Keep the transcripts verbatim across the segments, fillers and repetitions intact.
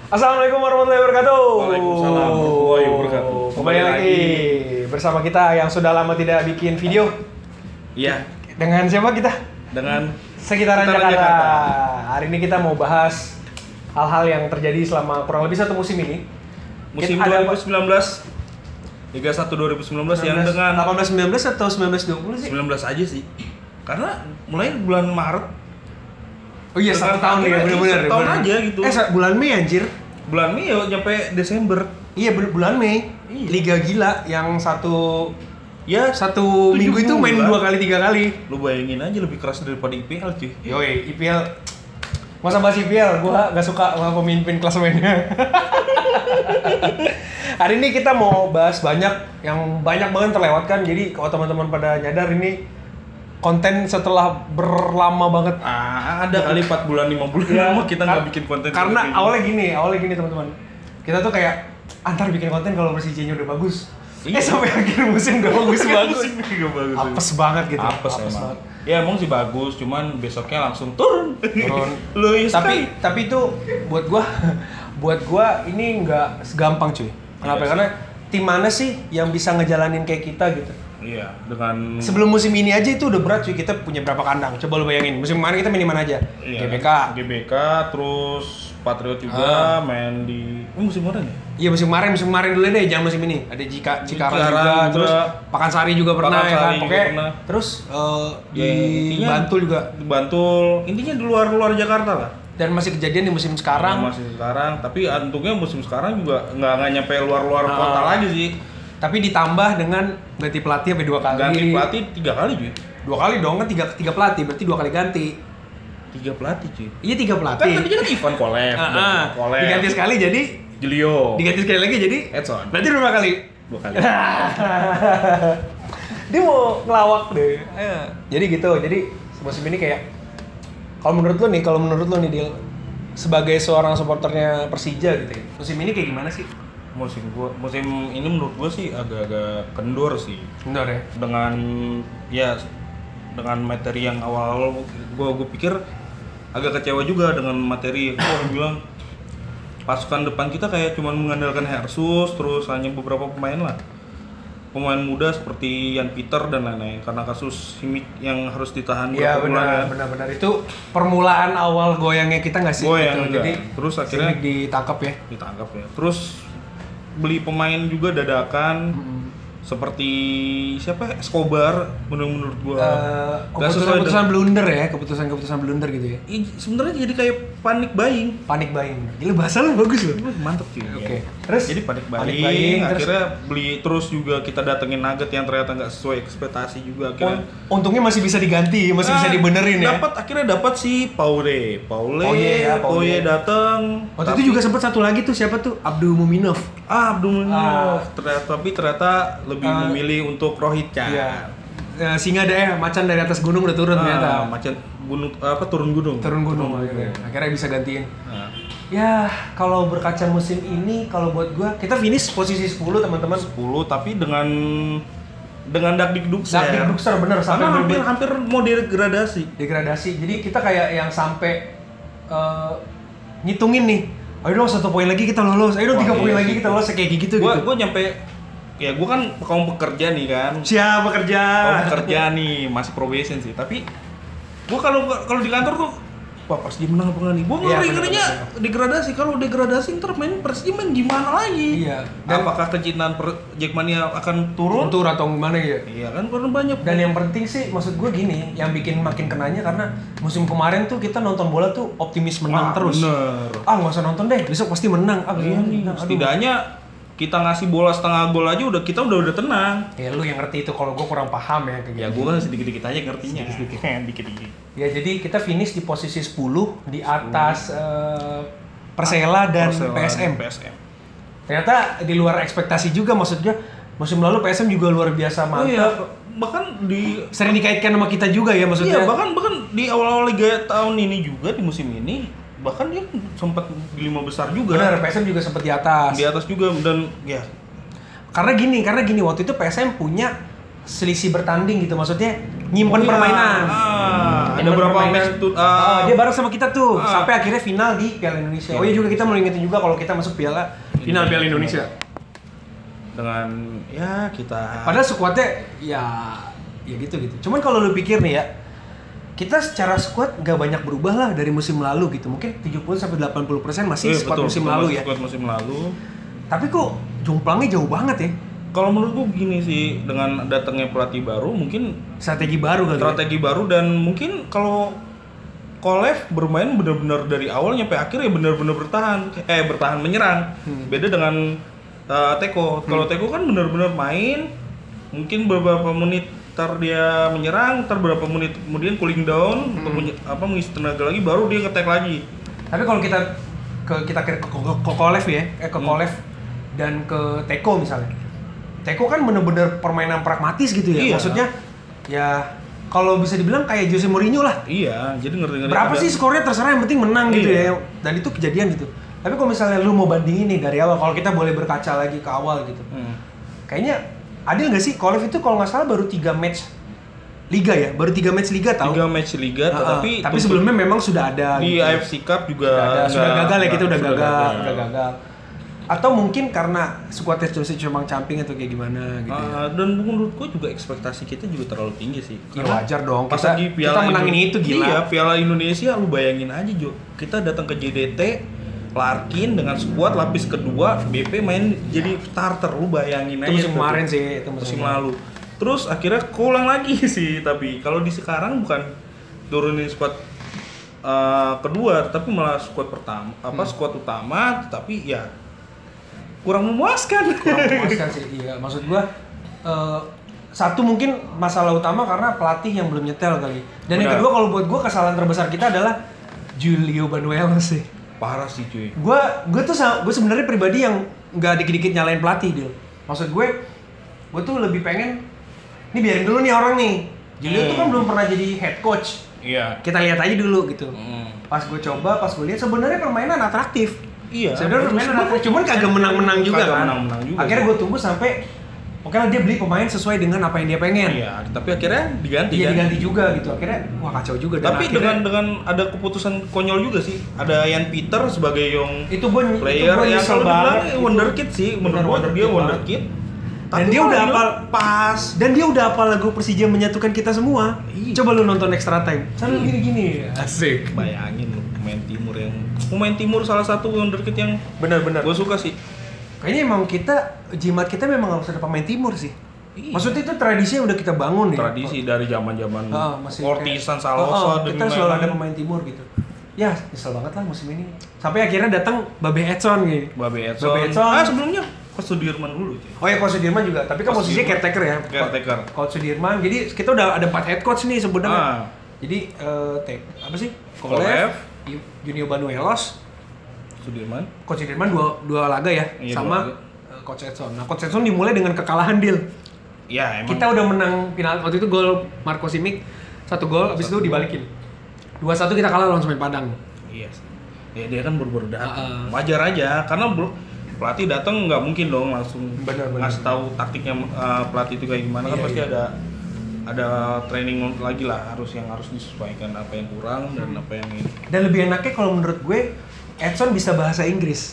Assalamualaikum warahmatullahi wabarakatuh. Waalaikumsalam warahmatullahi wabarakatuh. Kembali lagi bersama kita yang sudah lama tidak bikin video. Iya. Dengan siapa kita? Dengan Sekitaran Sekitaran Jakarta. Jakarta. Hari ini kita mau bahas hal-hal yang terjadi selama kurang lebih satu musim ini. musim Kita ada dua ribu sembilan belas Liga satu dua ribu sembilan belas yang dengan delapan belas sembilan belas atau sembilan belas dua puluh sih? sembilan belas aja sih. Karena mulai bulan Maret. Oh iya, satu tahun ya, benar-benar. Satu tahun aja gitu. Eh, bulan Mei anjir. Bulan Mei ya nyampe Desember. Iya, bul- bulan Mei. Iya. Liga gila yang satu Ya, satu tujuh minggu itu main bulan. dua kali tiga kali. Lu bayangin aja lebih keras daripada I P L cuy. Yoi, I P L. Masa bahas I P L, gua gak suka sama pemimpin klasemennya. Hari ini kita mau bahas banyak yang banyak banget terlewatkan. Jadi kalau teman-teman pada nyadar ini konten setelah berlama banget. Ah, ada kali empat bulan lima bulan Ya, lama kita kar- nggak bikin konten. Karena kayak awalnya gini, awalnya gini teman-teman. Kita tuh kayak antar bikin konten kalau Persijanya udah bagus. Iya. Eh sampai akhir musim gak bagus bagus. Gak bagus. Apes banget gitu. Apes, emang. banget. Ya emang sih bagus, cuman besoknya langsung turun. Turun. Loh, ya tapi tapi itu buat gua buat gua ini nggak segampang cuy. Kenapa? Iya Karena tim mana sih yang bisa ngejalanin kayak kita gitu? Iya, dengan Sebelum musim ini aja itu udah berat cuy. Kita punya berapa kandang? Coba lu bayangin. Musim kemarin kita main di mana aja? iya, G B K. G B K, terus Patriot juga Ah. main di oh, musim kemarin ya? Iya musim kemarin, musim kemarin dulu deh, jangan musim ini. Ada Jika Cikarang Cikarang juga, juga. terus Pakansari juga pernah ya kan. Pakansari juga Pokoknya pernah. terus eh, di Ya, intinya- Bantul juga. Di Bantul, intinya di luar-luar Jakarta lah. Dan masih kejadian di musim sekarang. Masih sekarang, tapi untungnya musim sekarang juga nggak nggak nyampe luar-luar Ah. kota lagi sih. Tapi ditambah dengan ganti pelatih sampai dua kali. Ganti pelatih tiga kali cuy. Dua kali dong kan tiga tiga pelatih, berarti dua kali ganti. Tiga pelatih cuy. Iya tiga Kan pelatih. tadinya kan Ivan Kolev, Ah, ah. Kolev, Diganti sekali jadi Julio, diganti sekali lagi jadi Edson. berarti dua kali. Dua kali. Dia mau ngelawak deh. Jadi gitu. Jadi musim ini kayak kalau menurut lo nih, kalau menurut lo nih Dil, sebagai seorang supporternya Persija gitu ya. Musim ini kayak gimana sih? Musim gua, musim ini menurut gua sih agak-agak kendor sih. Kendor ya. Dengan ya dengan materi yang awal-awal gua gua pikir agak kecewa juga dengan materi. Gua bilang pasukan depan kita kayak cuma mengandalkan Hersus, terus hanya beberapa pemain lah. Pemain muda seperti Yan Peter dan lain-lain karena kasus Simic yang harus ditahan Iya berapa bulan benar, kan. benar-benar itu permulaan awal goyangnya kita nggak sih? Goyang, Gitu. enggak. Jadi Terus akhirnya- Simic ditangkap ya. ditangkap ya. Terus beli pemain juga dadakan seperti siapa Escobar menurut gua Eh, nggak sesuai keputusan-keputusan blunder ya, keputusan-keputusan blunder gitu ya. Ih, sebenarnya jadi kayak panik buying. Panik buying. Gila bahasa lu bagus loh. Mantep sih. Oke. ya. Terus Jadi panik buying, panik buying, terus- akhirnya beli terus juga kita datengin Nugget yang ternyata nggak sesuai ekspektasi juga akhirnya. Un- untungnya masih bisa diganti, masih bisa Ah, dibenerin ya. Dapat akhirnya dapat si Paule. Paule, Pauye ya, Pauye. Pauye datang. Waktu itu juga sempat satu lagi tuh siapa tuh? Abdul Muminov. ah Abdul Ah. ternyata tapi ternyata lebih Ah. memilih untuk Rohit Chan. Iya. Eh, singa deh, macan dari atas gunung udah turun ternyata. Ah, macan gunung apa turun gunung. Turun gunung akhirnya. Akhirnya bisa gantiin. Nah, Ya, kalau berkaca musim ini kalau buat gua kita finish posisi sepuluh teman-teman. sepuluh tapi dengan dengan dakdikduk Dakdik Dukser bener sampai karena hampir bener- hampir mau degradasi. degradasi. Jadi kita kayak yang sampai eh, ngitungin nih. Ayo dong satu poin lagi kita lolos. Ayo dong Wah, tiga iya poin sih. lagi kita lolos kayak gitu Gua gitu. gua nyampe ya gua kan kaum pekerja nih kan. Siapa kerja? Kaum pekerja nih masih probation sih, tapi gua kalau kalau di kantor tuh wah pas dia menang apa enggak nih? Gua Iya, ngeri bener, ngerinya bener, degradasi. Kalau degradasi ntar main Persija main gimana lagi? Iya. Dan apakah kecintaan per Jackmania akan turun? Tur atau gimana ya? Iya kan karena banyak. Dan yang penting sih maksud gue gini, yang bikin makin kenanya karena musim kemarin tuh kita nonton bola tuh optimis menang Ah, terus. bener. Ah nggak usah nonton deh, besok pasti menang. Ah Iya besok nih, menang. Aduh. setidaknya kita ngasih bola setengah gol aja udah kita udah udah tenang. Ya lu yang ngerti itu, kalau gue kurang paham ya kayak Ya gitu. gua kan sedikit-dikit aja ngertinya. Dikit-dikit. Ya jadi kita finish di posisi sepuluh di atas eh, Persela dan Persela P S M. P S M. Ternyata di luar ekspektasi juga, maksudnya musim lalu P S M juga luar biasa Oh iya, mantap. bahkan di Sering dikaitkan sama kita juga ya maksudnya. iya, bahkan bahkan di awal-awal liga tahun ini juga di musim ini bahkan dia sempat di lima besar juga. Benar, P S M juga sempat di atas. Di atas juga dan ya Karena gini, karena gini waktu itu P S M punya selisih bertanding gitu, maksudnya nyimpen Oh, iya. permainan. Ah, ada Nyimpen berapa permainan. match tuh? Ah, Ah, dia bareng sama kita tuh Ah. sampai akhirnya final di Piala Indonesia. Oh iya juga kita mau ingetin juga kalau kita masuk Piala final Piala Indonesia. dengan ya kita. Padahal skuadnya ya ya gitu gitu. Cuman kalau lu pikir nih ya, kita secara skuad nggak banyak berubah lah dari musim lalu gitu. Mungkin tujuh puluh sampai delapan puluh persen masih Eh, skuad betul, musim betul, lalu masih ya. Squad musim lalu. Tapi kok jumplangnya jauh banget ya. Kalau menurut gua begini sih, dengan datangnya pelatih baru mungkin Strategi baru kali. Ya? strategi baru dan mungkin kalau Kolev bermain benar-benar dari awal nyampe akhir ya benar-benar bertahan eh bertahan menyerang. Hmm. Beda dengan uh, Teko. Kalau Teko kan benar-benar main mungkin beberapa menit ntar dia menyerang, ntar beberapa menit kemudian cooling down Hmm. untuk menye- apa mengisi tenaga lagi baru dia nge-attack lagi. Tapi kalau kita ke kita ke, ke, ke, ke Kolev ya, eh ke Hmm. Kolev dan ke Teko misalnya. Teko kan bener-bener permainan pragmatis gitu ya. Iya. Maksudnya ya kalau bisa dibilang kayak Jose Mourinho lah. Iya, jadi ngerti-ngerti. Berapa ada- sih skornya terserah yang penting menang gitu Iya. ya. Dan itu kejadian gitu. Tapi kalau misalnya lu mau bandingin nih dari awal, kalau kita boleh berkaca lagi ke awal gitu. Hmm. Kayaknya adil nggak sih Kolev itu kalau nggak salah baru tiga match Liga ya, baru tiga match Liga tahu. Tiga match Liga, Heeh. tetapi tapi untuk- sebelumnya memang sudah ada di gitu. A F C Cup juga Sudah, ada, sudah nggak- gagal ya kita udah sudah gagal, udah gagal. Atau mungkin karena skuadnya Chelsea cuma camping atau kayak gimana gitu ya. Ah, dan menurut gua juga ekspektasi kita juga terlalu tinggi sih. Ya wajar dong, pas kita- lagi kita menangin Indo- itu, gila. Iya, Piala Indonesia lu bayangin aja Jo. Kita datang ke J D T, Larkin dengan skuad lapis kedua, B P main jadi starter, lu bayangin Itu aja. musim tuh. kemarin sih, itu musim musim lalu. lalu. Terus akhirnya keulang lagi sih, tapi kalau di sekarang bukan turunin skuad uh, kedua, tapi malah skuad pertama, apa Hmm. skuad utama, tapi ya kurang memuaskan. Kurang memuaskan sih, iya. Maksud gua eh, satu mungkin masalah utama karena pelatih yang belum nyetel kali. Dan yang Benar. kedua kalau buat gua kesalahan terbesar kita adalah Julio Banuelos sih. Parah sih cuy. Gua gua tuh gue sebenarnya pribadi yang nggak dikit-dikit nyalain pelatih Dil. Maksud gue, gue tuh lebih pengen ini biarin dulu nih orang nih. Julio tuh kan Hmm. belum pernah jadi head coach. Iya. Kita lihat aja dulu gitu. Hmm. Pas gue coba, pas gue lihat sebenarnya permainan atraktif. Iya. Sebenarnya permainan atraktif, cuman kagak menang-menang juga Kagak kan. menang-menang juga. Akhirnya gue tunggu sampai oke lah dia beli pemain sesuai dengan apa yang dia pengen. Iya, tapi akhirnya diganti Dia kan. diganti juga gitu. Akhirnya wah kacau juga. Dan Tapi akhirnya- dengan dengan ada keputusan konyol juga sih. Ada Ian Peter sebagai yang itu gue player itu yang kalau dibilang Itu- wonderkid sih, Bener, menurut gua dia wonderkid wonderkid. Dan Tapi dia kalau udah dibilang hafal- pas. Dan dia udah hafal lagu Persija menyatukan kita semua. Iya. Coba lu nonton Extra Time. Sambil Iya. gini-gini. Asik. Bayangin lu pemain timur yang pemain timur salah satu wonderkid yang Benar-benar. gua suka sih. Kayaknya emang kita jimat kita memang harus ada pemain timur sih. Iya. Maksudnya itu tradisi yang udah kita bangun ya. Tradisi dari zaman-zaman Ah, masih Ortisan, kayak- Salosa, Oh, oh, dan kita selalu lain-lain. ada pemain timur gitu. Ya, nyesel banget lah musim ini. Sampai akhirnya datang Babe Edson gitu. Babe Edson. Babe Edson. Ah, sebelumnya Coach Sudirman dulu cuy. Oh ya, Coach Sudirman juga. Tapi kan Coach posisinya Sudirman. caretaker ya. Caretaker. Coach Sudirman. Jadi kita udah ada empat head coach nih sebenarnya. Ah. Jadi eh te- apa sih? Kolev. Kolev, Junio Banuelos, Sudirman. Coach Sudirman dua dua laga ya, Iya, dua sama laga. eh, Coach Edson. Nah, Coach Edson dimulai dengan kekalahan deal. Ya, emang. Kita udah menang final waktu itu gol Marco Simic satu gol, habis itu dibalikin. dua satu kita kalah lawan Semen Padang. Iya sih. Ya dia kan baru-baru datang. Ah, ah. Wajar aja karena belum pelatih datang nggak mungkin dong langsung Benar, benar. ngasih tahu taktiknya uh, pelatih itu kayak gimana kan Iya, pasti iya. ada ada training lagi lah harus yang harus disesuaikan apa yang kurang dan Hmm. apa yang ini. Dan lebih enaknya kalau menurut gue Edson bisa bahasa Inggris.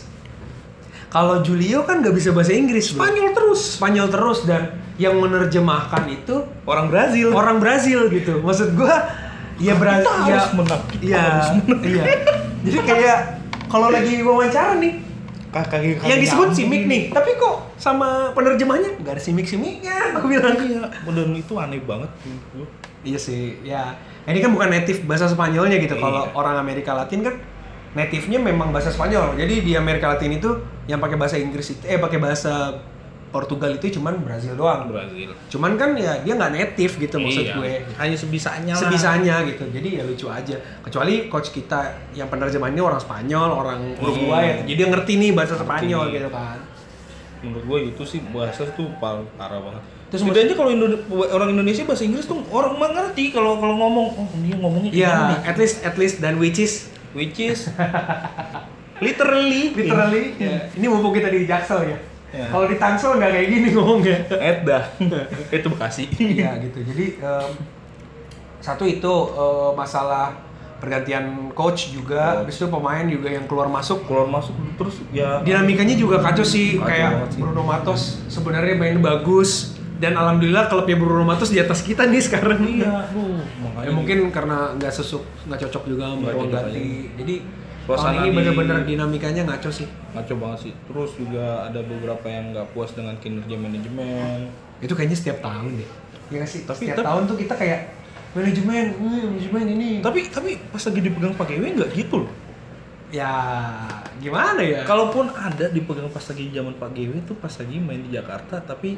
Kalau Julio kan nggak bisa bahasa Inggris, bro. Spanyol terus. Spanyol terus dan yang menerjemahkan itu Orang Brazil. orang Brazil gitu. Maksud gua ya Brazil Kita ya harus menang. Kita iya, harus menang. iya. Jadi kayak kalau lagi wawancara nih Kakak yang disebut Simic nih, tapi kok sama penerjemahnya nggak ada Simic-Simicnya, aku bilang. Iya, dan itu aneh banget menurut gua. Iya sih, ya. Ini kan bukan native bahasa Spanyolnya gitu. Kalau Iya. orang Amerika Latin kan native-nya memang bahasa Spanyol. Jadi di Amerika Latin itu yang pakai bahasa Inggris itu eh pakai bahasa Portugal itu cuman Brazil doang. Brazil. Cuman kan ya dia nggak native gitu maksud Iya. gue. Hanya sebisanya lah. Sebisanya gitu. Jadi ya lucu aja. Kecuali coach kita yang penerjemahannya orang Spanyol, orang Uruguay. Hmm. Jadi dia ngerti nih bahasa Ngerti. Spanyol gitu kan. Menurut gue itu sih bahasa tuh par- parah banget. Terus Terus setidaknya kalau Indo- orang Indonesia bahasa Inggris tuh orang mengerti kalau kalau ngomong oh dia ngomongnya Iya, gimana nih? at least at least dan which is Which is literally literally ya. Ini mumpung kita di Jaksel ya. Ya. Kalau di Tangsel nggak kayak gini ngomongnya. Edah. Itu Bekasi. Iya gitu. Jadi em, Satu itu uh, masalah pergantian coach juga, habis itu pemain juga yang keluar masuk. Keluar masuk terus ya Dinamikanya juga kacau sih, Kacau kayak banget sih. Bruno Matos sebenarnya main bagus dan alhamdulillah klubnya Bruno Matos di atas kita nih sekarang. Iya, aduh, makanya Ya mungkin karena nggak sesuk, nggak cocok juga sama Nggak ruang cocok ganti. Jadi Suasana tahun ini di- bener-bener dinamikanya ngaco sih. ngaco banget sih. Terus juga ada beberapa yang nggak puas dengan kinerja manajemen. Itu kayaknya setiap tahun deh. Iya nggak sih? Tapi- setiap tapi- tahun tuh kita kayak manajemen, hmm, manajemen ini. Tapi tapi pas lagi dipegang Pak G W nggak gitu loh. Ya gimana ya? Kalaupun ada dipegang pas lagi zaman Pak G W tuh pas lagi main di Jakarta, tapi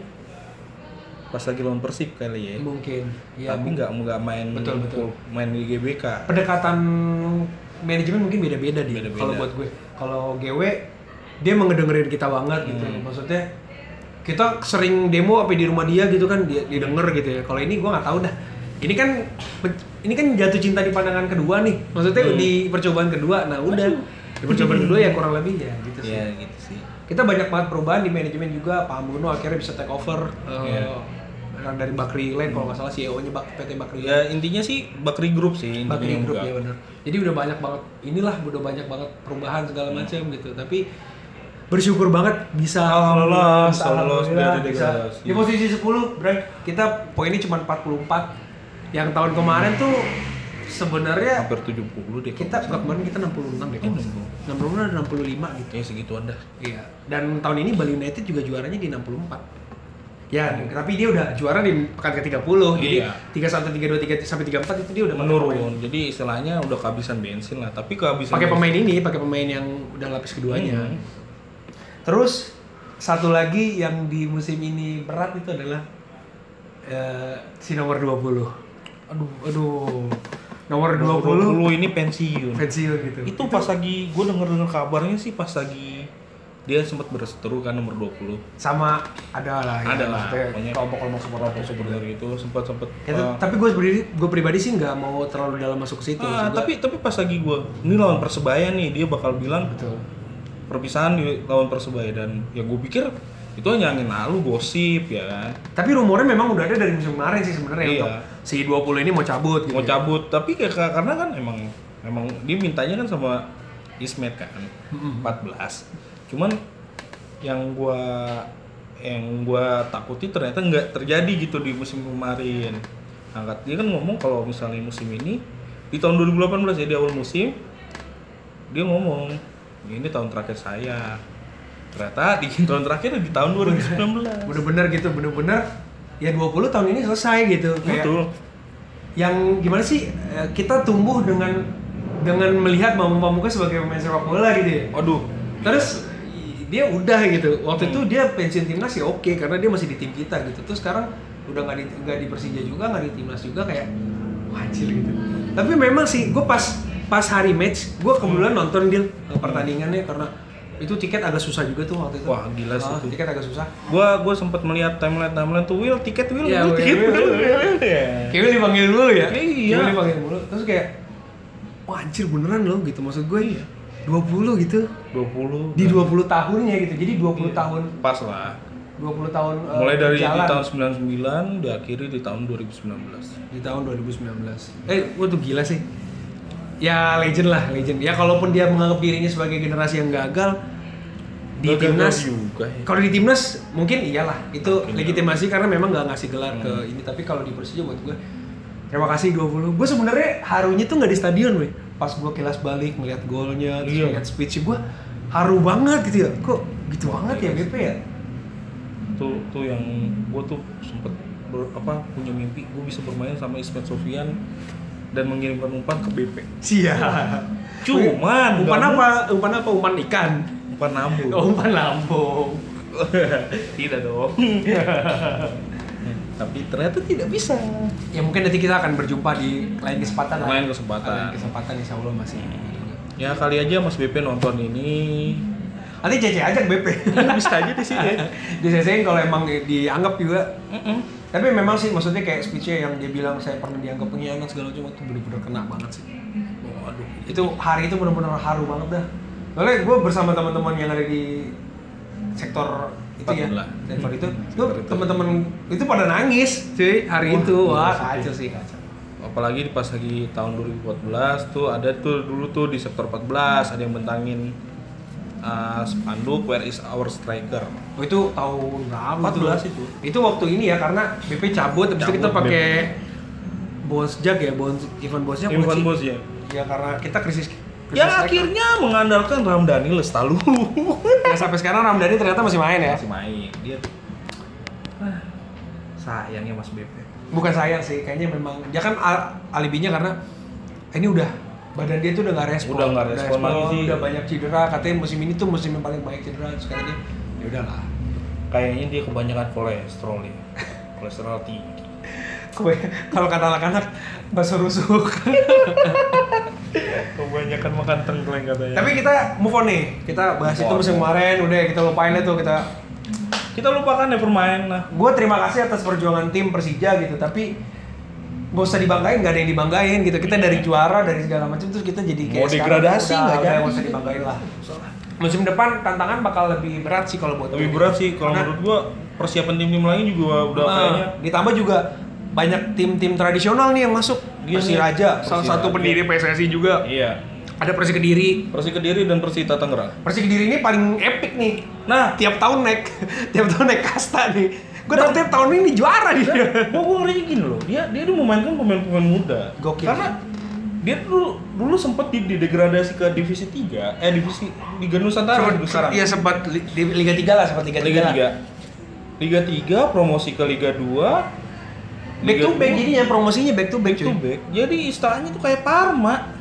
pas lagi lawan Persib kali ya. Mungkin. Ya, Tapi nggak nggak main Betul, betul. main di G B K. pendekatan manajemen mungkin beda-beda dia. Beda-beda. Kalau buat gue, kalau G W dia emang ngedengerin kita banget gitu. Hmm. Maksudnya kita sering demo apa di rumah dia gitu kan, dia didengar gitu ya. Kalau ini gue nggak tahu dah. Ini kan ini kan jatuh cinta di pandangan kedua nih. Maksudnya Hmm. di percobaan kedua. Nah, udah. Di percobaan kedua ya kurang lebih ya gitu sih. Iya gitu sih. Kita banyak banget perubahan di manajemen juga. Pak Bruno akhirnya bisa take over uh, Iya. dari Bakri Lane kalau nggak salah C E O-nya Bak- P T Bakri Lane. Ya intinya sih Bakri Group sih intinya Bakri Group enggak. ya benar. Jadi udah banyak banget inilah udah banyak banget perubahan segala macam gitu. Tapi bersyukur banget bisa Alhamdulillah, bisa lolos dari bisa degradasi. di posisi sepuluh, Bray. Kita poinnya cuma empat puluh empat. Yang tahun kemarin tuh sebenarnya Hampir tujuh puluh deh. kita kalau nggak kemarin kita enam puluh enam deh. Eh, kalau nggak salah. enam puluh enam dan enam puluh lima gitu. salah. Ya segituan dah. Iya. Dan tahun ini Bali United juga juaranya di enam puluh empat. Ya, tapi dia udah juara di pekan ke tiga puluh. Jadi Iya. tiga puluh satu, tiga puluh dua, tiga sampai tiga puluh empat itu dia udah pakai pemain. Menurun. Jadi istilahnya udah kehabisan bensin lah. Tapi kehabisan Pakai bensin- pemain ini, pakai pemain yang udah lapis keduanya. Hmm. Terus satu lagi yang di musim ini berat itu adalah eh, si nomor dua puluh. Aduh, aduh. Nomor dua puluh ini pensiun. pensiun gitu. Itu pas lagi gue denger denger kabarnya sih pas lagi dia sempat berseteru kan nomor dua puluh. Sama ada lah ya. Ada lah, maksudnya pokoknya kelompok-kelompok supporter Kelompok supporter itu sempat sempat Ya, tapi gue pribadi, gue pribadi sih nggak mau terlalu dalam masuk ke situ. ah, juga. tapi tapi pas lagi gue ini lawan Persebaya nih dia bakal bilang betul. perpisahan di lawan Persebaya dan ya gue pikir itu hanya angin lalu gosip ya kan. Tapi rumornya memang udah ada dari musim kemarin sih sebenarnya Iya. untuk si dua puluh ini mau cabut gitu. Mau ya. cabut tapi kayak karena kan emang emang dia mintanya kan sama Ismet kan Mm-mm. empat belas. Cuman yang gua yang gua takuti ternyata nggak terjadi gitu di musim kemarin. Angkat dia kan ngomong kalau misalnya musim ini di tahun dua ribu delapan belas ya di awal musim dia ngomong ini tahun terakhir saya. Ternyata di tahun terakhir di tahun dua ribu sembilan belas. Bener-bener gitu, bener-bener ya dua puluh tahun ini selesai gitu. Kayak Betul. yang gimana sih eh, kita tumbuh dengan dengan melihat Bambang Pamungkas sebagai pemain sepak bola gitu ya. Waduh. Terus i- dia udah gitu. Waktu itu dia pensiun timnas ya oke karena dia masih di tim kita gitu. Terus sekarang udah nggak di nggak di Persija juga, nggak di timnas juga kayak wajil gitu. Tapi memang sih gue pas pas hari match gue kebetulan nonton dia eh, pertandingannya karena itu tiket agak susah juga tuh waktu itu. Wah, gila sih Ah, itu. tiket agak susah. Gua gua sempat melihat timeline timeline tuh Will tiket Will, Iya, Will, Will, tiket Will, Will, Will. Will, ya. Kayak dipanggil dulu ya? Iya. Kayak dipanggil dulu. Terus kayak wah anjir beneran loh gitu maksud gue ya. dua puluh gitu. dua puluh Di dua puluh tahunnya gitu. Jadi dua puluh Iya. tahun pas lah. dua puluh tahun eh, Mulai dari di berjalan. tahun sembilan puluh sembilan diakhiri di tahun dua ribu sembilan belas. Di tahun dua ribu sembilan belas. Eh, wah tuh gila sih. Ya legend lah, legend. Ya kalaupun dia menganggap dirinya sebagai generasi yang gagal di Gagal timnas juga ya. kalau di timnas mungkin iyalah itu Mungkin legitimasi karena memang nggak ngasih gelar Hmm. ke ini, tapi kalau di Persija buat gue terima kasih dua puluh. Gue sebenarnya harunya tuh nggak di stadion weh, pas gue kilas balik melihat golnya terus Iya. melihat speech gue haru banget gitu ya, kok gitu banget ya B P ya. Tuh tuh yang gua tuh sempet ber- apa punya mimpi gua bisa bermain sama Ismet Sofian dan mengirimkan umpan ke B P. Siap. Cuman umpan nggak apa? Umpan apa? Umpan ikan. Umpan nambung. Oh, umpan lambung. Tidak dong. Tapi ternyata tidak bisa. Ya mungkin nanti kita akan berjumpa di lain kesempatan lah. Lain kesempatan. Lain kesempatan insya Allah masih. Ya kali aja Mas B P nonton ini. Nanti Cece ajak B P. Bisa aja di sini. Disesein kalau emang dianggap juga. Tapi memang sih maksudnya kayak speech-nya yang dia bilang saya pernah dianggap pengkhianat segala macam itu bener-bener kena banget sih. Waduh. Itu hari itu bener-bener haru banget dah. Soalnya gue bersama teman-teman yang ada di sektor itu ya, Empat belas. Denver itu, Sektor tuh itu. teman-teman itu pada nangis cuy hari Wah, itu. gila Wah sih. kacau sih kacau. apalagi pas lagi tahun dua ribu empat belas tuh ada tuh dulu tuh di sektor empat belas ada yang bentangin uh, spanduk Where is our striker. Oh itu tahun berapa? empat belas tuh? itu. Itu waktu ini ya karena B P cabut, habis itu kita Cabut, pakai Bozjak ya, Bon Ivan Bozjak. Ivan Bos ya. Ya karena kita krisis. krisis Yang striker. akhirnya mengandalkan Ramdhani Lestalu. Ya sampai sekarang Ramdhani ternyata masih main ya. Masih main. Dia ah, sayangnya Mas B P. Bukan sayang sih, kayaknya memang dia kan al- alibinya karena ini udah badan dia tuh udah nggak respon, Udah nggak respon lagi sih. udah banyak cedera, katanya musim ini tuh musim yang paling banyak cedera, terus katanya dia ya udahlah. Kayaknya dia kebanyakan kolesterol ya. Kolesterol tinggi. Kue- Kalau kata anak-anak bakso rusuk. Kebanyakan makan tengkleng katanya. Tapi kita move on nih, kita bahas itu Move on. musim kemarin, udah kita lupain lah tuh kita. Kita lupakan Nevermind lah. Gue terima kasih atas perjuangan tim Persija gitu, tapi gak usah dibanggain, gak ada yang dibanggain gitu. Kita dari juara, dari segala macam terus kita jadi kayak Mau degradasi sekarang, nggak udah, jadi. nggak usah dibanggain lah. Musim depan tantangan bakal lebih berat sih kalau buat Lebih gue. berat sih kalau Karena- menurut gua persiapan tim-tim lain juga udah Nah, kayaknya ditambah juga banyak tim-tim tradisional nih yang masuk. Iya nih, Persiraja, salah Persiraja. satu pendiri P S S I juga. iya. Ada Persi Kediri. Persi Kediri dan Persita Tangerang. Persi Kediri ini paling epic nih. Nah, Tiap tahun naik, tiap tahun naik kasta nih. Gue takutnya tahun ini juara dia. gua gua ngeri gini loh. Dia dia tuh memainkan pemain-pemain muda. Gokil. Karena dia dulu dulu sempat di, didegradasi ke divisi tiga, eh divisi Liga Nusantara Sempat- dulu sekarang. Iya sempat li- di Liga tiga lah, sempat Liga tiga. Liga tiga. Liga tiga promosi ke Liga dua. Back to back jadinya promosinya back to back Back to cuy. back. Jadi istilahnya tuh kayak Parma.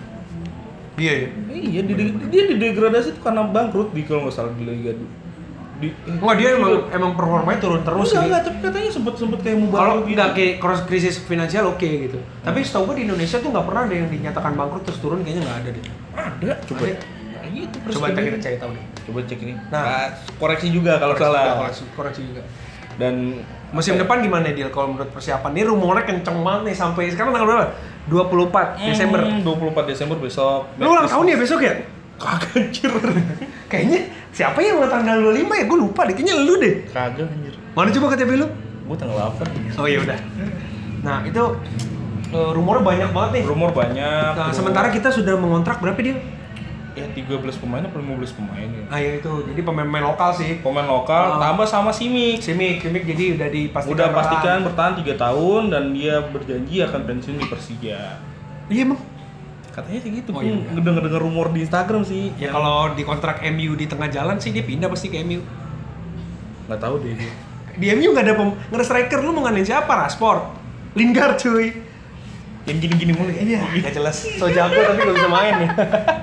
Iya ya. Iya, di, di- dia didegradasi tuh karena bangkrut di kalau nggak salah di Liga dua. Di Enggak dia emang emang performanya turun terus enggak, sih. enggak, tapi katanya sempet sempet kayak mau Kalau bangkrut nggak kayak cross krisis finansial oke gitu. Hmm. Tapi setahu gue di Indonesia tuh nggak pernah ada yang dinyatakan bangkrut terus turun, kayaknya nggak ada deh. Ada, coba. Ada. Nah, gitu Coba ntar kita cari tahu deh. Coba cek ini. Nah. Nah, koreksi juga kalau Koreksi salah. juga, koreksi, koreksi juga. Dan Musim depan gimana Dil kalau menurut persiapan? Ini rumornya kenceng banget nih sampai sekarang tanggal berapa? dua puluh empat Desember. Hmm, dua puluh empat Desember besok. Lu ulang tahun ya besok ya? Kagak anjir. Kayaknya siapa yang ulang tahun tanggal dua puluh lima ya? Gue lupa deh, kayaknya lu deh. Kagak anjir. Mana coba K T P lu? Gua tanggal delapan. Oh iya udah. Nah itu uh, rumornya banyak banget nih. Rumor banyak. Nah, terus- sementara kita sudah mengontrak berapa dia? ya tiga belas pemain atau lima belas pemain ya. Ah ya itu, jadi pemain-pemain lokal sih. Pemain lokal Oh. tambah sama Simic. Simic, Simic jadi udah dipastikan. Udah bertahan. pastikan bertahan tiga tahun dan dia berjanji akan pensiun di Persija. Iya emang. Katanya sih gitu. Oh, Gua iya. ngedenger-denger rumor di Instagram sih. Ya Yang- kalau di kontrak M U di tengah jalan sih dia pindah pasti ke M U. nggak tahu deh dia. Di M U nggak ada pem- nggak ada striker, lu mau ngalahin siapa? Rashford, Lingard cuy. Yang gini-gini mulu ya. Iya, nggak jelas. So jago tapi nggak bisa main ya.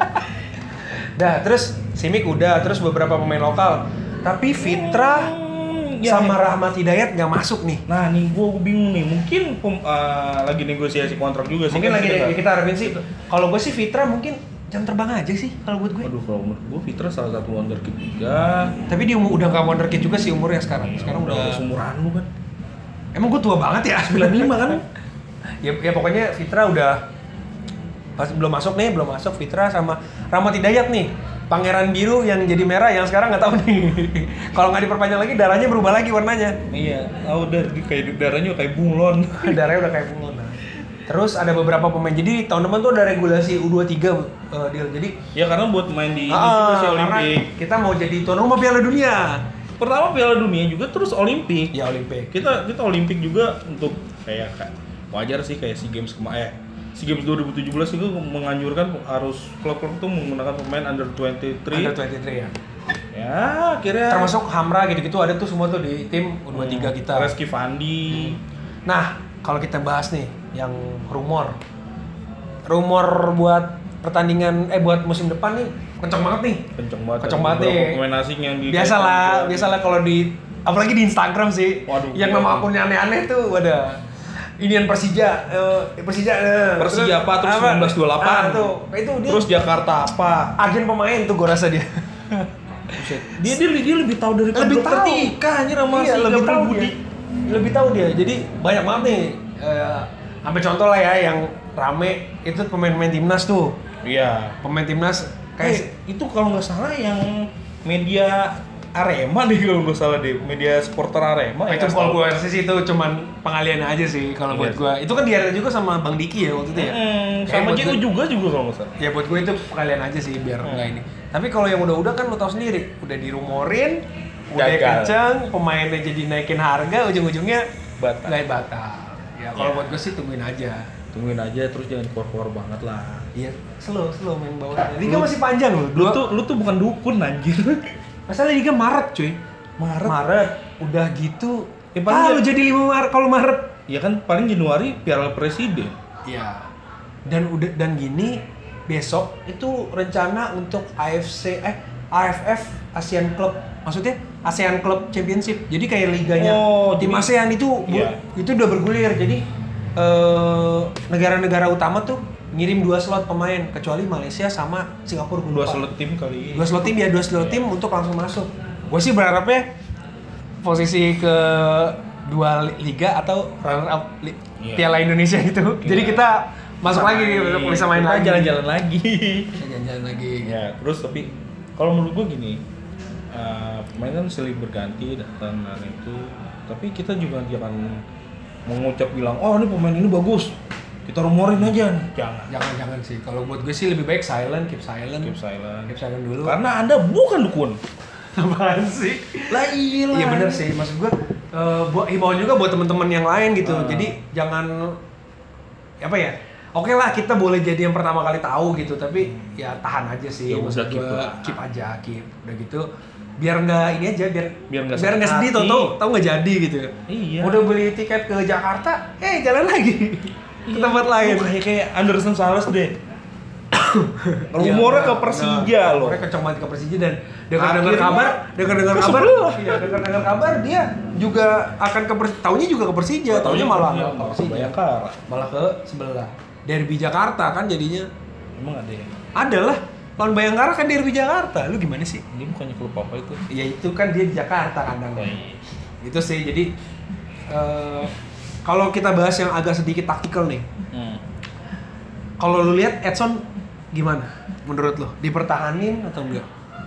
Dah, terus Simic udah, terus beberapa pemain lokal. Tapi Fitra Hmm, ya, sama ya. Rahmat Hidayat nggak masuk nih. Nah nih gue bingung nih. Mungkin pem- uh, lagi negosiasi kontrak juga sih. Mungkin kan lagi kita. kita harapin sih. Kalau gue sih Fitra mungkin jam terbang aja sih kalau buat gue. Aduh kalau menurut gue Fitra salah satu wonderkid juga. Tapi dia umur- udah nggak wonderkid juga sih umurnya sekarang. Sekarang udah. seumuran lu kan. Emang gue tua banget ya? sembilan puluh lima kan? ya, ya pokoknya Fitra udah pas belum masuk nih, belum masuk Fitra sama Rahmat Hidayat nih. Pangeran biru yang jadi merah yang sekarang nggak tahu nih. Kalau nggak diperpanjang lagi darahnya berubah lagi warnanya. Iya, oh udah kayak darahnya kayak bunglon. Darahnya udah kayak bunglon. Terus ada beberapa pemain. Jadi tahun depan tuh ada regulasi U dua puluh tiga uh, deal. Jadi Ya karena buat main di ini ah, juga sih karena Olimpik. kita mau jadi tuan rumah Piala Dunia. Pertama Piala Dunia juga terus Olimpik. Ya Olimpik. Kita kita Olimpik juga untuk kayak kayak wajar sih kayak SEA Games kemarin. Eh, SEA Games dua ribu tujuh belas itu menganjurkan harus klub-klub tuh menggunakan pemain under dua puluh tiga. Under dua puluh tiga ya. Ya, akhirnya Termasuk Hamra gitu-gitu ada tuh semua tuh di tim U dua puluh tiga kita. Reski Fandi. Nah, kalau kita bahas nih yang rumor. Rumor buat pertandingan eh buat musim depan nih kenceng banget nih. Kenceng banget. Kenceng banget Beberapa nih. Pemain asing yang di Biasalah, biasalah kalau di apalagi di Instagram sih. Waduh, yang iya. nama akunnya aneh-aneh tuh ada Inian Persija, eh, Persija, eh, Persija apa terus seribu sembilan ratus dua puluh delapan. Ah, tuh, itu dia Terus Jakarta apa? agen pemain tuh gue rasa dia. Buset. Dia dia, dia lebih tahu dari Lebih Dokter tahu. Tika anjir sama Iya, si lebih Gabriel tahu Budi. dia. Lebih tahu dia. Jadi banyak banget nih. Eh, ambil contoh lah ya yang rame itu pemain-pemain timnas tuh. Iya. Pemain timnas Kayak kayak itu kalau nggak salah yang media Arema deh kalau nggak salah deh, media supporter Arema. Itu kalau gue sih itu cuman pengalian aja sih kalau buat gue. Itu kan diarahkan juga sama Bang Diki ya waktu itu ya. Hmm, sama J U juga juga kalau nggak salah. Ya buat gue itu pengalian aja sih biar hmm. nggak ini. Tapi kalau yang udah-udah kan lo tau sendiri, udah dirumorin, udah kenceng, pemainnya jadi naikin harga, ujung-ujungnya batal. Nggak batal. Ya kalau ya. Buat gue sih tungguin aja. Tungguin aja terus jangan keluar-keluar banget lah. Iya, slow slow main bawah. Liga masih panjang loh. Lu tuh lu tuh bukan dukun anjir. Masalah Liga Maret cuy. Maret. Maret. Udah gitu. Ya, ah, lu jadi lima Maret kalau Maret. Ya kan paling Januari Piala Presiden. Iya. Dan udah dan gini besok itu rencana untuk A F C eh A F F ASEAN Club. Maksudnya ASEAN Club Championship. Jadi kayak liganya oh, tim ASEAN itu iya. itu udah bergulir. Jadi eh, negara-negara utama tuh ngirim dua slot pemain kecuali Malaysia sama Singapura. Dua slot tim kali. Dua slot tim ya, dua slot yeah. tim untuk langsung masuk. Gue sih berharapnya posisi ke dua liga atau runner up li- yeah. Piala Indonesia gitu. Yeah. Jadi kita masuk Sampai lagi untuk bisa main lagi. Jalan-jalan lagi. Bisa jalan-jalan lagi. Ya, terus tapi kalau menurut gue gini, uh, pemain kan silih berganti datang dan itu, tapi kita juga jangan mengucap bilang, oh ini pemain ini bagus. Kita rumorin aja, jangan. Jangan jangan sih. Kalau buat gue sih lebih baik silent, keep silent. Keep silent. Keep silent dulu. Karena Anda bukan dukun. Apaan sih? Lah iya. Iya benar sih. Maksud gue uh, buat himbauan juga buat teman-teman yang lain gitu. Uh. Jadi jangan apa ya? Oke lah kita boleh jadi yang pertama kali tahu gitu, tapi ya tahan aja sih. Ya, maksud gue keep, keep aja, keep. Udah gitu biar nggak ini aja biar biar nggak biar nggak sedih tau tau tau nggak jadi gitu. Iya. Udah beli tiket ke Jakarta, eh jalan lagi. Ke tempat lain. Oh, kayak kayak Anderson Salas deh. Rumornya ya, ke Persija nah, loh. Rumornya kencang banget ke Persija dan dengar-dengar kabar, dengar-dengar kabar, iya dengar-dengar kabar dia juga akan ke Persija. Taunya juga ke Persija, taunya malah ke Persija. Bayangkara. Malah ke sebelah. Derby Jakarta kan jadinya. Emang ada ya? Ada lah. Lawan Bayangkara kan Derby Jakarta. Lu gimana sih? Dia bukannya klub apa itu? Ya itu kan dia di Jakarta kandangnya. Itu sih jadi uh, kalau kita bahas yang agak sedikit taktikal nih, hmm. kalau lu lihat Edson gimana menurut lu? Dipertahanin atau enggak?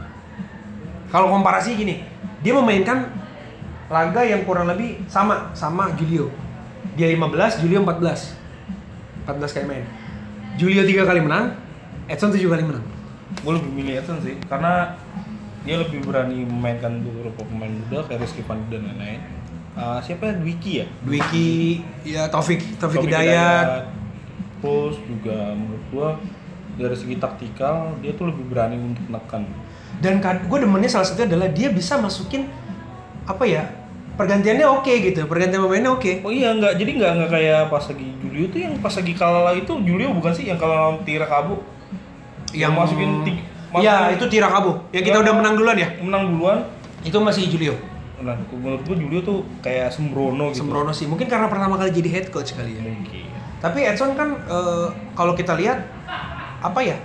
Kalau komparasi gini, dia memainkan laga yang kurang lebih sama sama Julio. Dia lima belas, Julio empat belas. empat belas kali main. Julio tiga kali menang, Edson tujuh kali menang. Gue lebih milih Edson sih, karena dia lebih berani memainkan beberapa pemain muda kayak Rizky Fandi dan lain-lain. Uh, siapa ya? Dwiki ya? Dwiki, ya Taufik, Taufik Hidayat. Terus juga menurut gua dari segi taktikal dia tuh lebih berani untuk menekan. Dan gue demennya salah satunya adalah dia bisa masukin apa ya? Pergantiannya oke okay gitu, pergantian pemainnya oke. Okay. Oh iya enggak, jadi enggak enggak kayak pas lagi Julio tuh yang pas lagi kalah itu Julio bukan sih yang kalah lawan Tirakabu. Yang, yang masukin tiga. Iya, itu Tirakabu. Yang kita udah menang duluan ya? Menang duluan. Itu masih Julio. Nah, menurut gue Julio tuh kayak sembrono gitu. Sembrono sih, mungkin karena pertama kali jadi head coach kali ya. Mungkin. Tapi Edson kan uh, kalau kita lihat apa ya?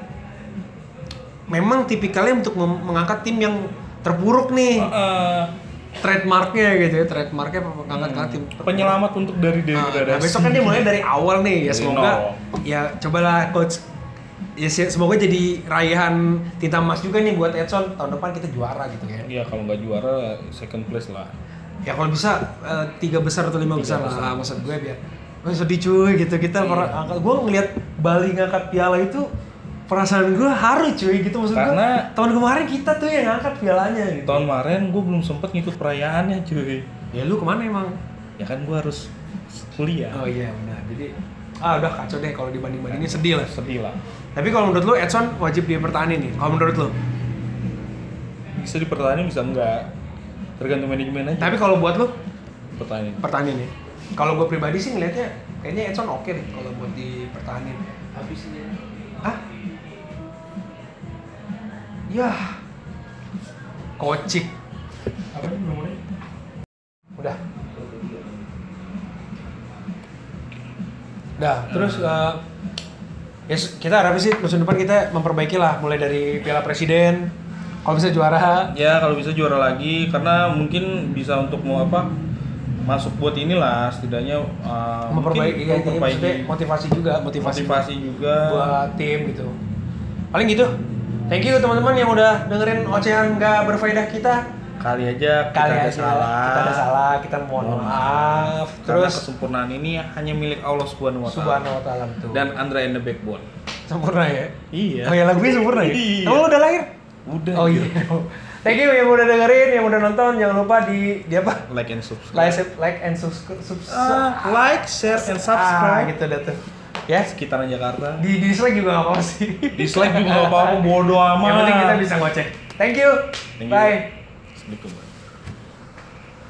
Memang tipikalnya untuk mem- mengangkat tim yang terpuruk nih. Uh, uh. Trademarknya gitu ya, trademarknya mengangkat hmm. tim. Terpuruk. Penyelamat untuk dari degradasi. Nah, besok kan dia mulai dari awal nih ya, semoga no. ya cobalah coach. Ya semoga jadi raihan tinta emas juga nih buat Edson tahun depan kita juara gitu ya. Iya kalau nggak juara second place lah. Ya kalau bisa uh, tiga besar atau lima besar, besar lah maksud gue biar. Oh, sedih cuy gitu kita iya. angkat. Gue ngelihat Bali ngangkat piala itu perasaan gue haru cuy gitu maksud karena gue. Tahun kemarin kita tuh yang ngangkat pialanya gitu. Tahun kemarin gue belum sempet ngikut perayaannya cuy. Ya lu kemana emang? Ya kan gue harus kuliah. Oh iya benar. Jadi ah udah kacau deh kalau dibanding-bandingin sedih lah. Sedih lah. Tapi kalau menurut lu Edson wajib dipertahanin nih. Kalau menurut lu? Bisa dipertahanin bisa enggak. Tergantung manajemen aja. Tapi kalau buat lu? Pertahanin. Pertahanin ya. Kalau gue pribadi sih ngelihatnya kayaknya Edson oke deh kalau buat dipertahanin. Habisnya. Ah? Yah. Kocik. Apa nih nomornya? Udah. Udah, terus uh, ya kita harapin sih musim depan kita memperbaiki lah mulai dari Piala Presiden. Kalau bisa juara. Ya, kalau bisa juara lagi karena mungkin bisa untuk mau apa? Masuk buat inilah setidaknya uh, memperbaiki, ya, memperbaiki motivasi juga, motivasi, motivasi juga buat tim gitu. Paling gitu. Thank you teman-teman yang udah dengerin ocehan nggak berfaedah kita kali aja Kali kita ada aja salah. kita ada salah, kita mohon Mohon maaf. Karena Terus kesempurnaan ini hanya milik Allah Subhanahu wa taala. Subhanahu wa taala tuh. Dan Andra and the Backbone. Sempurna ya? Iya. Oh ya lagunya sempurna ya? Iya. Kamu udah lahir? Udah. Oh iya. Thank you yang udah dengerin, yang udah nonton, jangan lupa di di apa? Like and subscribe. Like, like and subscribe. Ah, like, share, and Ah, subscribe. gitu dah tuh. Ya, Sekitaran Jakarta. di dislike juga nggak apa-apa sih. Dislike juga nggak apa-apa, bodo amat. Yang penting kita bisa ngoceh. Thank you. Thank you. Bye. Assalamualaikum.